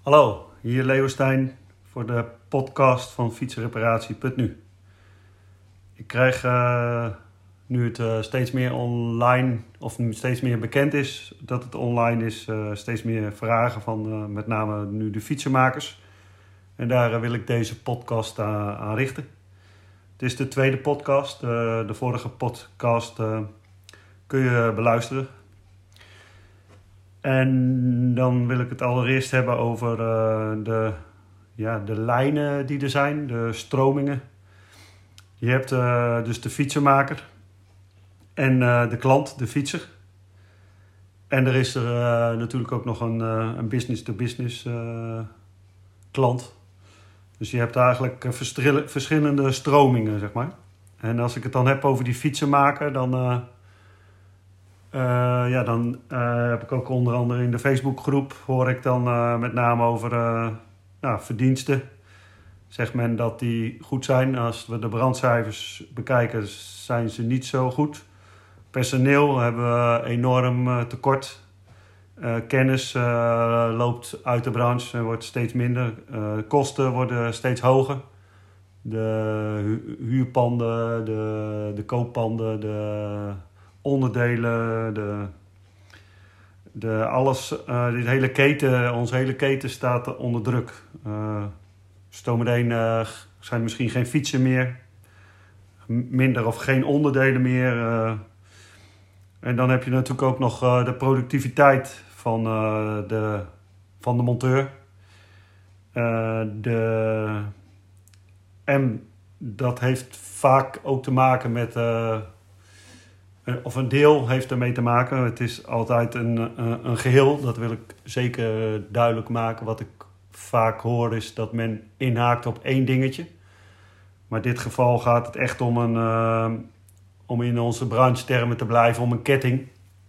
Hallo, hier Leo Stijn voor de podcast van fietsenreparatie.nu. Ik krijg nu het steeds meer online, of nu steeds meer bekend is dat het online is, steeds meer vragen van met name nu de fietsenmakers. En daar wil ik deze podcast aan richten. Het is de tweede podcast. De vorige podcast kun je beluisteren. En dan wil ik het allereerst hebben over de lijnen die er zijn, de stromingen. Je hebt dus de fietsenmaker en de klant, de fietser. En er is er natuurlijk ook nog een business-to-business klant. Dus je hebt eigenlijk verschillende stromingen, zeg maar. En als ik het dan heb over die fietsenmaker, dan heb ik ook onder andere in de Facebookgroep hoor ik dan met name over verdiensten. Zegt men dat die goed zijn. Als we de brandcijfers bekijken, zijn ze niet zo goed. Personeel hebben we enorm tekort. Kennis loopt uit de branche en wordt steeds minder. Kosten worden steeds hoger. De huurpanden, de kooppanden, de onderdelen, dit hele keten, onze hele keten staat onder druk. Zometeen zijn misschien geen fietsen meer, minder of geen onderdelen meer. En dan heb je natuurlijk ook nog de productiviteit van de monteur. En dat heeft vaak ook te maken met... of een deel heeft ermee te maken. Het is altijd een geheel. Dat wil ik zeker duidelijk maken. Wat ik vaak hoor is dat men inhaakt op één dingetje. Maar in dit geval gaat het echt om in onze branchetermen te blijven, om een ketting.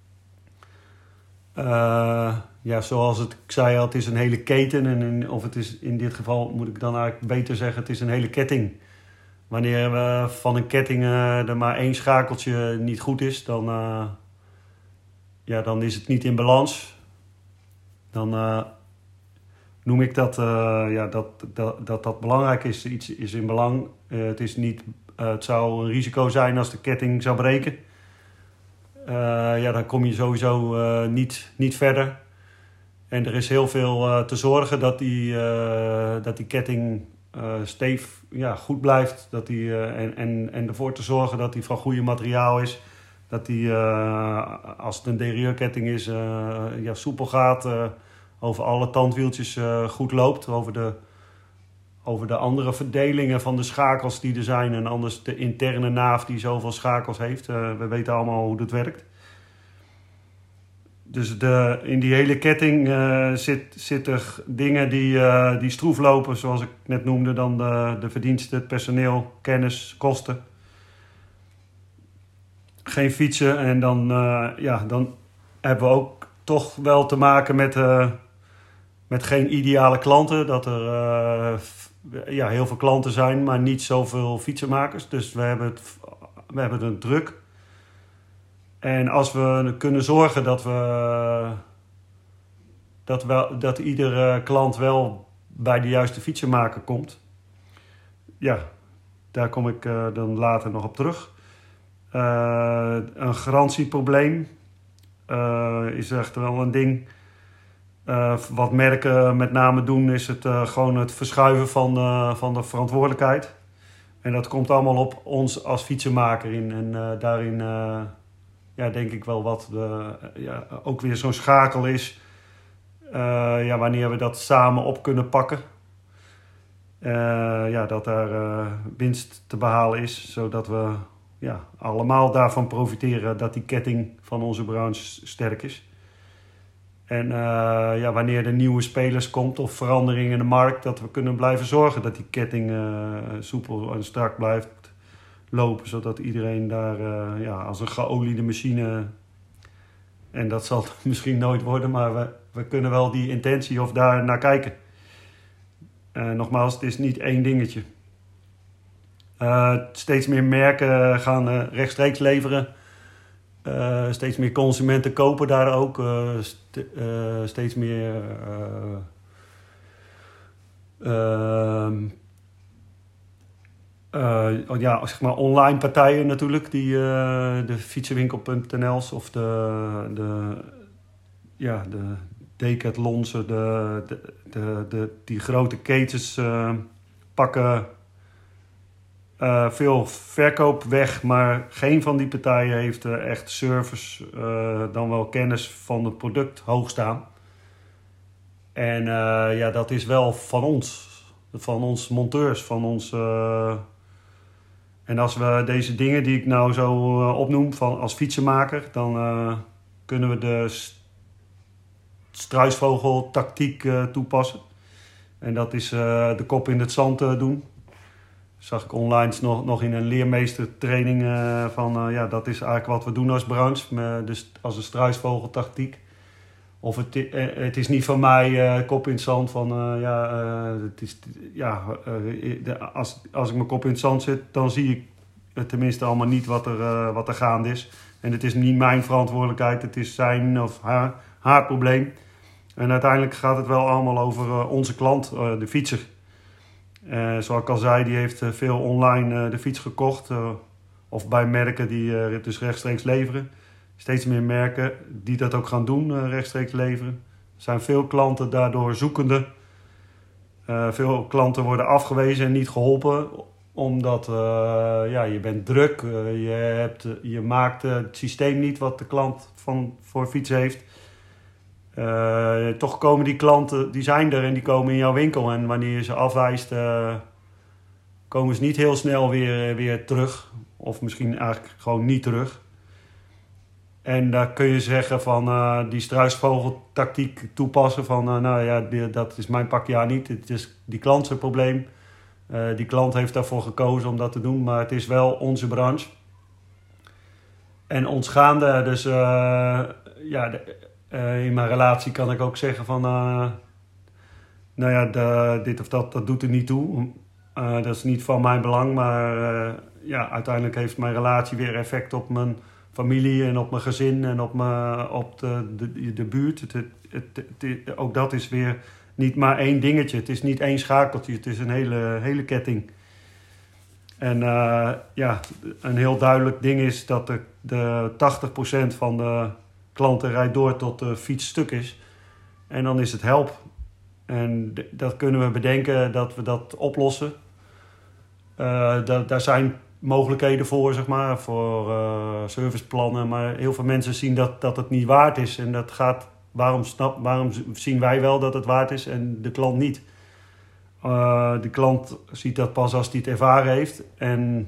Zoals ik zei al, het is een hele keten. Of het is in dit geval, moet ik dan eigenlijk beter zeggen, het is een hele ketting. Wanneer van een ketting er maar één schakeltje niet goed is, dan is het niet in balans. Dan noem ik dat belangrijk is. Iets is in belang. Het zou een risico zijn als de ketting zou breken. Dan kom je sowieso niet verder. En er is heel veel te zorgen dat die ketting goed blijft. En ervoor te zorgen dat die van goede materiaal is. Dat die, als het een derieurketting is, soepel gaat. Over alle tandwieltjes goed loopt. Over de andere verdelingen van de schakels die er zijn. En anders de interne naaf die zoveel schakels heeft. We weten allemaal hoe dat werkt. Dus in die hele ketting zitten dingen die stroef lopen, zoals ik net noemde. Dan de verdiensten, het personeel, kennis, kosten. Geen fietsen. En dan hebben we ook toch wel te maken met geen ideale klanten. Dat er heel veel klanten zijn, maar niet zoveel fietsenmakers. Dus we hebben het druk. En als we kunnen zorgen dat iedere klant wel bij de juiste fietsenmaker komt. Ja, daar kom ik dan later nog op terug. Een garantieprobleem is echt wel een ding. Wat merken met name doen is het gewoon het verschuiven van de verantwoordelijkheid. En dat komt allemaal op ons als fietsenmaker in. En daarin denk ik wel wat ook weer zo'n schakel is. Wanneer we dat samen op kunnen pakken. Dat daar winst te behalen is. Zodat we allemaal daarvan profiteren dat die ketting van onze branche sterk is. En wanneer er nieuwe spelers komt of verandering in de markt, dat we kunnen blijven zorgen dat die ketting soepel en strak blijft lopen. Zodat iedereen daar als een geoliede machine, en dat zal het misschien nooit worden, maar we kunnen wel die intentie of daar naar kijken. Nogmaals, het is niet één dingetje. Steeds meer merken gaan rechtstreeks leveren. Steeds meer consumenten kopen daar ook. Steeds meer Ja, zeg maar online partijen natuurlijk, die de fietsenwinkel.nl's of de Decathlons, die grote ketens pakken veel verkoop weg, maar geen van die partijen heeft echt service, dan wel kennis van het product hoog staan. En ja, dat is wel van ons monteurs, van ons. En als we deze dingen die ik nou zo opnoem als fietsenmaker, dan kunnen we de struisvogeltactiek toepassen. En dat is de kop in het zand doen. Zag ik online nog in een leermeestertraining van ja, dat is eigenlijk wat we doen als branche, dus als een struisvogeltactiek. Of het is niet van mij kop in het zand van als ik mijn kop in het zand zet, dan zie ik tenminste allemaal niet wat er gaande is. En het is niet mijn verantwoordelijkheid, het is zijn of haar probleem. En uiteindelijk gaat het wel allemaal over onze klant, de fietser. Zoals ik al zei, die heeft veel online de fiets gekocht. Of bij merken die dus rechtstreeks leveren. Steeds meer merken die dat ook gaan doen, rechtstreeks leveren. Er zijn veel klanten daardoor zoekende. Veel klanten worden afgewezen en niet geholpen. Omdat je bent druk. Je maakt het systeem niet wat de klant voor fiets heeft. Toch komen die klanten, die zijn er en die komen in jouw winkel. En wanneer je ze afwijst, komen ze niet heel snel weer terug. Of misschien eigenlijk gewoon niet terug. En daar kun je zeggen van die struisvogeltactiek toepassen. Van dat is mijn pakje niet. Het is die klant zijn probleem. Die klant heeft daarvoor gekozen om dat te doen. Maar het is wel onze branche. En ons gaande. Dus in mijn relatie kan ik ook zeggen van dit of dat doet er niet toe. Dat is niet van mijn belang, maar uiteindelijk heeft mijn relatie weer effect op mijn familie en op mijn gezin en op de buurt. Ook dat is weer niet maar één dingetje. Het is niet één schakeltje, het is een hele ketting. En een heel duidelijk ding is dat de 80% van de klanten rijdt door tot de fiets stuk is. En dan is het help. En dat kunnen we bedenken dat we dat oplossen. Daar zijn mogelijkheden voor, zeg maar, voor serviceplannen. Maar heel veel mensen zien dat het niet waard is. En dat gaat, waarom zien wij wel dat het waard is en de klant niet? De klant ziet dat pas als hij het ervaren heeft. En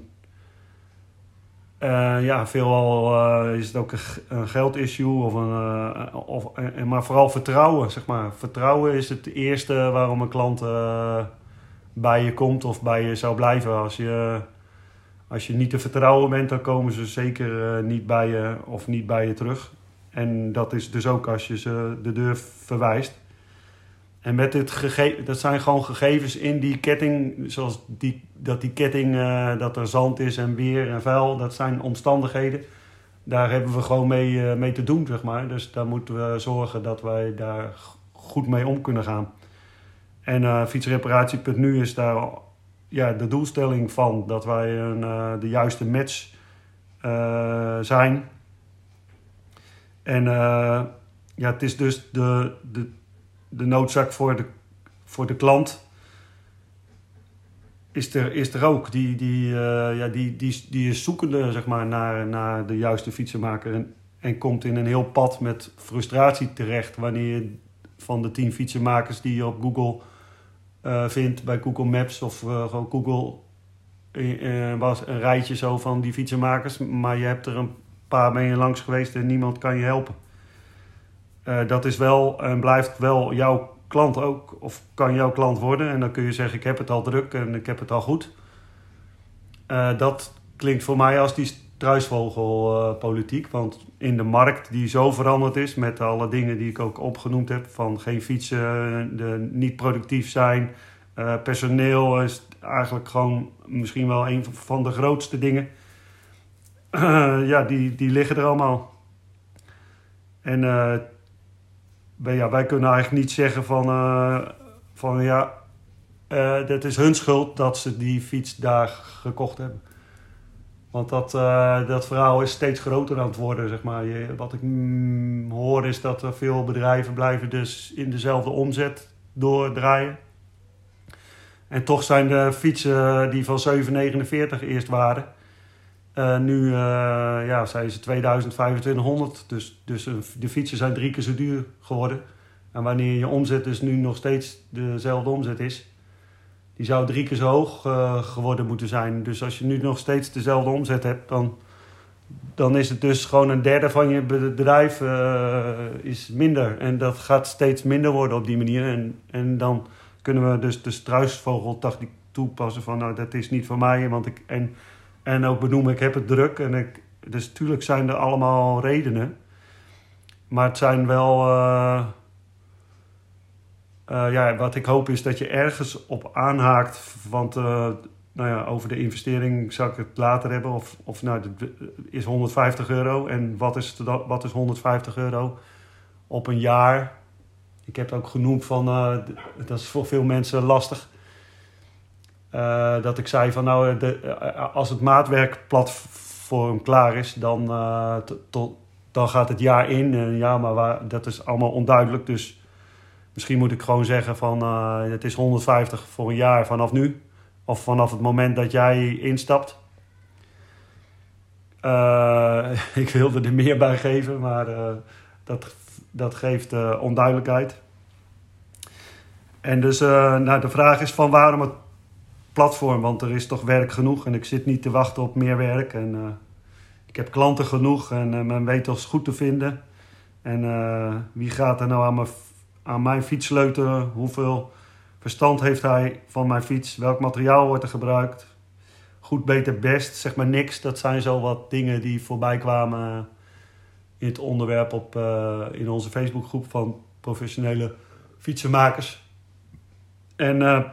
veelal is het ook een geldissue maar vooral vertrouwen, zeg maar. Vertrouwen is het eerste waarom een klant bij je komt of bij je zou blijven. Als je niet te vertrouwen bent, dan komen ze zeker niet bij je of niet bij je terug. En dat is dus ook als je ze de deur verwijst. En met dat zijn gewoon gegevens in die ketting, zoals die ketting, dat er zand is en weer en vuil, dat zijn omstandigheden. Daar hebben we gewoon mee te doen, zeg maar. Dus daar moeten we zorgen dat wij daar goed mee om kunnen gaan. En fietsreparatie.nu is daar de doelstelling van, dat wij de juiste match zijn. En het is dus de noodzaak voor de klant is er ook. Die is zoekende, zeg maar, naar de juiste fietsenmaker. En komt in een heel pad met frustratie terecht wanneer je van de 10 fietsenmakers die je op Google vindt, bij Google Maps of gewoon Google, was een rijtje zo van die fietsenmakers. Maar je hebt er een paar mee langs geweest en niemand kan je helpen. Dat is wel en blijft wel jouw klant ook, of kan jouw klant worden. En dan kun je zeggen, ik heb het al druk en ik heb het al goed. Dat klinkt voor mij als die struisvogelpolitiek. Want in de markt die zo veranderd is, met alle dingen die ik ook opgenoemd heb, van geen fietsen, niet productief zijn, personeel is eigenlijk gewoon misschien wel een van de grootste dingen. Die liggen er allemaal. En wij kunnen eigenlijk niet zeggen dat is hun schuld dat ze die fiets daar gekocht hebben. Want dat verhaal is steeds groter aan het worden, zeg maar. Wat ik hoor is dat er veel bedrijven blijven dus in dezelfde omzet doordraaien. En toch zijn de fietsen die van 749 eerst waren, nu zijn ze 2500. Dus de fietsen zijn 3 keer zo duur geworden. En wanneer je omzet dus nu nog steeds dezelfde omzet is, die zou 3 keer zo hoog geworden moeten zijn. Dus als je nu nog steeds dezelfde omzet hebt, dan is het dus gewoon een derde van je bedrijf is minder. En dat gaat steeds minder worden op die manier. En dan kunnen we dus de struisvogeltactiek toepassen van nou, dat is niet voor mij. Want en ook benoemen, ik heb het druk. Dus natuurlijk zijn er allemaal redenen. Maar het zijn wel... wat ik hoop is dat je ergens op aanhaakt. Want over de investering zal ik het later hebben. Of is €150. En wat is €150 op een jaar? Ik heb het ook genoemd van... dat is voor veel mensen lastig. Dat ik zei van als het maatwerkplatform klaar is, dan gaat het jaar in. Maar dat is allemaal onduidelijk. Dus misschien moet ik gewoon zeggen van het is 150 voor een jaar vanaf nu. Of vanaf het moment dat jij instapt. Ik wilde er meer bij geven, maar dat geeft onduidelijkheid. En dus de vraag is van waarom het platform? Want er is toch werk genoeg en ik zit niet te wachten op meer werk. En ik heb klanten genoeg en men weet ons goed te vinden. En wie gaat er nou aan mijn fiets sleutelen? Hoeveel verstand heeft hij van mijn fiets? Welk materiaal wordt er gebruikt? Goed, beter, best, zeg maar niks. Dat zijn zo wat dingen die voorbij kwamen in het onderwerp in onze Facebookgroep van professionele fietsenmakers. En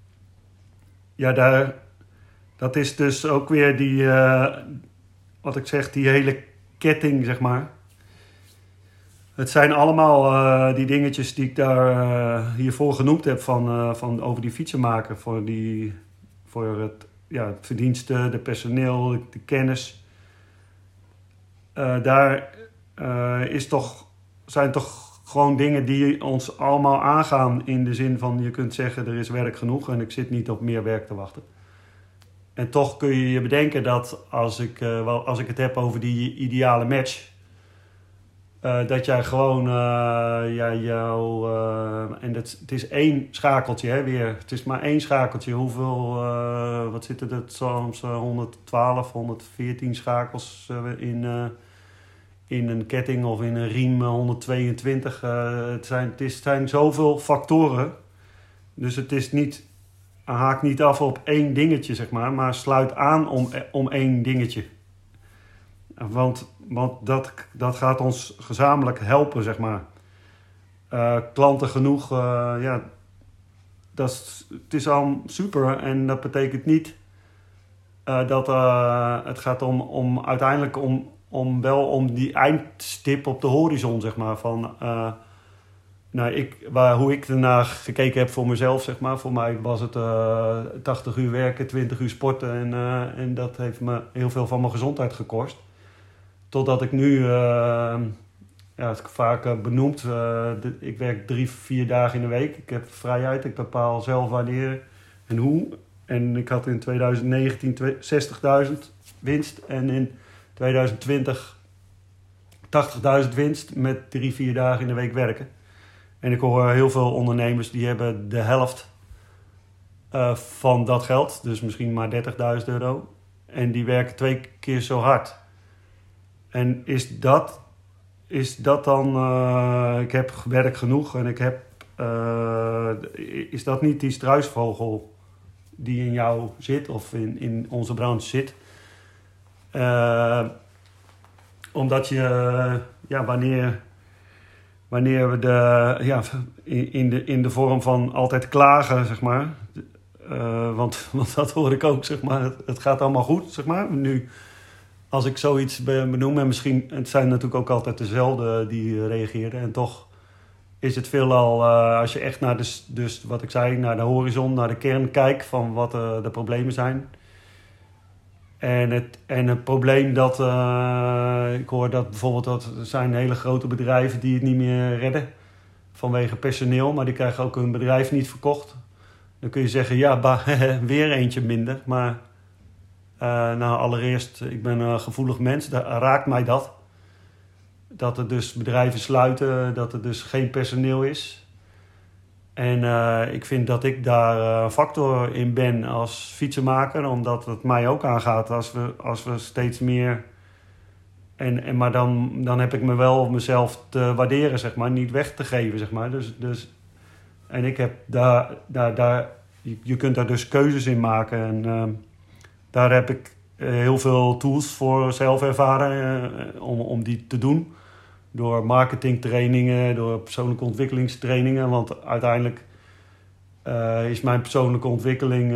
dat is dus ook weer die, wat ik zeg, die hele ketting, zeg maar. Het zijn allemaal die dingetjes die ik daar hiervoor genoemd heb van over die fietsenmaker. Voor het verdienste, de personeel, de kennis. Zijn toch gewoon dingen die ons allemaal aangaan in de zin van je kunt zeggen er is werk genoeg en ik zit niet op meer werk te wachten. En toch kun je je bedenken dat als ik het heb over die ideale match, dat jij gewoon en het is één schakeltje, hè, weer. Het is maar één schakeltje. Hoeveel, wat zitten er soms 112, 114 schakels in een ketting of in een riem 122. Het zijn zoveel factoren. Dus het is niet, haakt niet af op één dingetje, zeg maar sluit aan om één dingetje. Want dat gaat ons gezamenlijk helpen, zeg maar. Klanten genoeg, het is al super. En dat betekent niet dat het gaat om uiteindelijk om die eindstip op de horizon, zeg maar. Van, hoe ik ernaar gekeken heb voor mezelf, zeg maar. Voor mij was het 80 uur werken, 20 uur sporten. En dat heeft me heel veel van mijn gezondheid gekost. Totdat ik nu, het vaak benoemd, ik werk 3-4 dagen in de week. Ik heb vrijheid, ik bepaal zelf wanneer en hoe. En ik had in 2019 60.000 winst en in 2020 80.000 winst met 3-4 dagen in de week werken. En ik hoor heel veel ondernemers die hebben de helft van dat geld, dus misschien maar €30.000. En die werken 2 keer zo hard. En is dat dan, ik heb werk genoeg en is dat niet die struisvogel die in jou zit of in onze branche zit? Omdat je, wanneer we in de vorm van altijd klagen, zeg maar, want dat hoor ik ook, zeg maar, het gaat allemaal goed, zeg maar, nu. Als ik zoiets benoem, en misschien, het zijn natuurlijk ook altijd dezelfde die reageren. En toch is het veelal, als je echt naar dus wat ik zei, naar de horizon, naar de kern kijkt van wat de problemen zijn. En het probleem dat, ik hoor dat bijvoorbeeld dat er zijn hele grote bedrijven die het niet meer redden vanwege personeel, maar die krijgen ook hun bedrijf niet verkocht. Dan kun je zeggen, ja, weer eentje minder. Maar allereerst, ik ben een gevoelig mens, daar raakt mij dat. Dat er dus bedrijven sluiten, dat er dus geen personeel is. En ik vind dat ik daar een factor in ben als fietsenmaker, omdat het mij ook aangaat als we steeds meer... Maar dan heb ik me wel mezelf te waarderen, zeg maar, niet weg te geven, zeg maar. En ik heb je kunt daar dus keuzes in maken. En daar heb ik heel veel tools voor zelf ervaren om die te doen. Door marketingtrainingen, door persoonlijke ontwikkelingstrainingen. Want uiteindelijk is mijn persoonlijke ontwikkeling,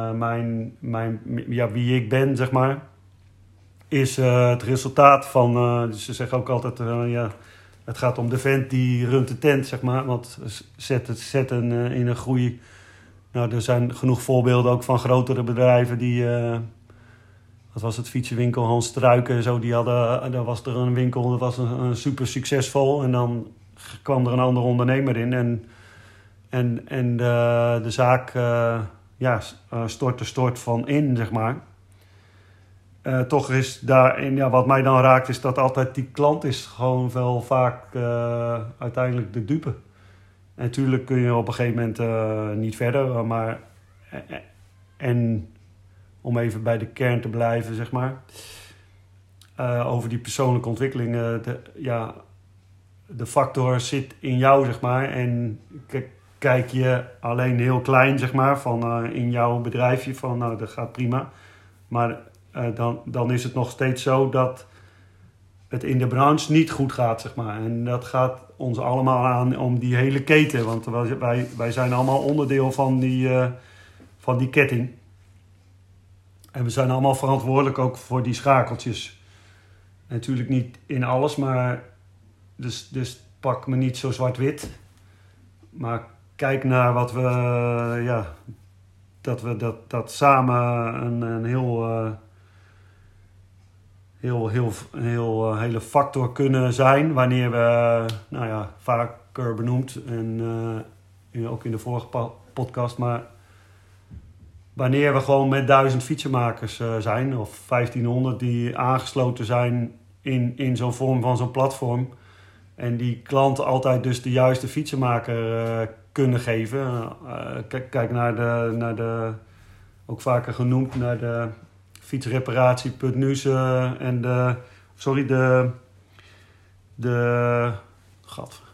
wie ik ben, zeg maar, is het resultaat van... dus ze zeggen ook altijd, het gaat om de vent die runt de tent, zeg maar. Want zetten in een groei... Nou, er zijn genoeg voorbeelden ook van grotere bedrijven die... wat was het, fietsenwinkel Hans Struiken en zo. Daar was er een winkel, dat was een super succesvol. En dan kwam er een andere ondernemer in. En de zaak stort van in, zeg maar. Toch is daarin, wat mij dan raakt, is dat altijd die klant is gewoon wel vaak uiteindelijk de dupe. En natuurlijk kun je op een gegeven moment niet verder, maar... En om even bij de kern te blijven, zeg maar. Over die persoonlijke ontwikkeling. De factor zit in jou, zeg maar. En kijk je alleen heel klein, zeg maar, van in jouw bedrijfje, van nou, dat gaat prima. Maar dan is het nog steeds zo dat het in de branche niet goed gaat, zeg maar. En dat gaat ons allemaal aan om die hele keten. Want wij zijn allemaal onderdeel van die ketting. En we zijn allemaal verantwoordelijk ook voor die schakeltjes. En natuurlijk niet in alles, maar... Dus pak me niet zo zwart-wit. Maar kijk naar wat we... dat samen een hele factor kunnen zijn. Wanneer we, vaker benoemd. En ook in de vorige podcast, maar... Wanneer we gewoon met 1000 fietsenmakers zijn, of 1500 die aangesloten zijn in zo'n vorm van zo'n platform. En die klanten altijd dus de juiste fietsenmaker kunnen geven. Kijk naar de, ook vaker genoemd, naar de fietsreparatie.nus en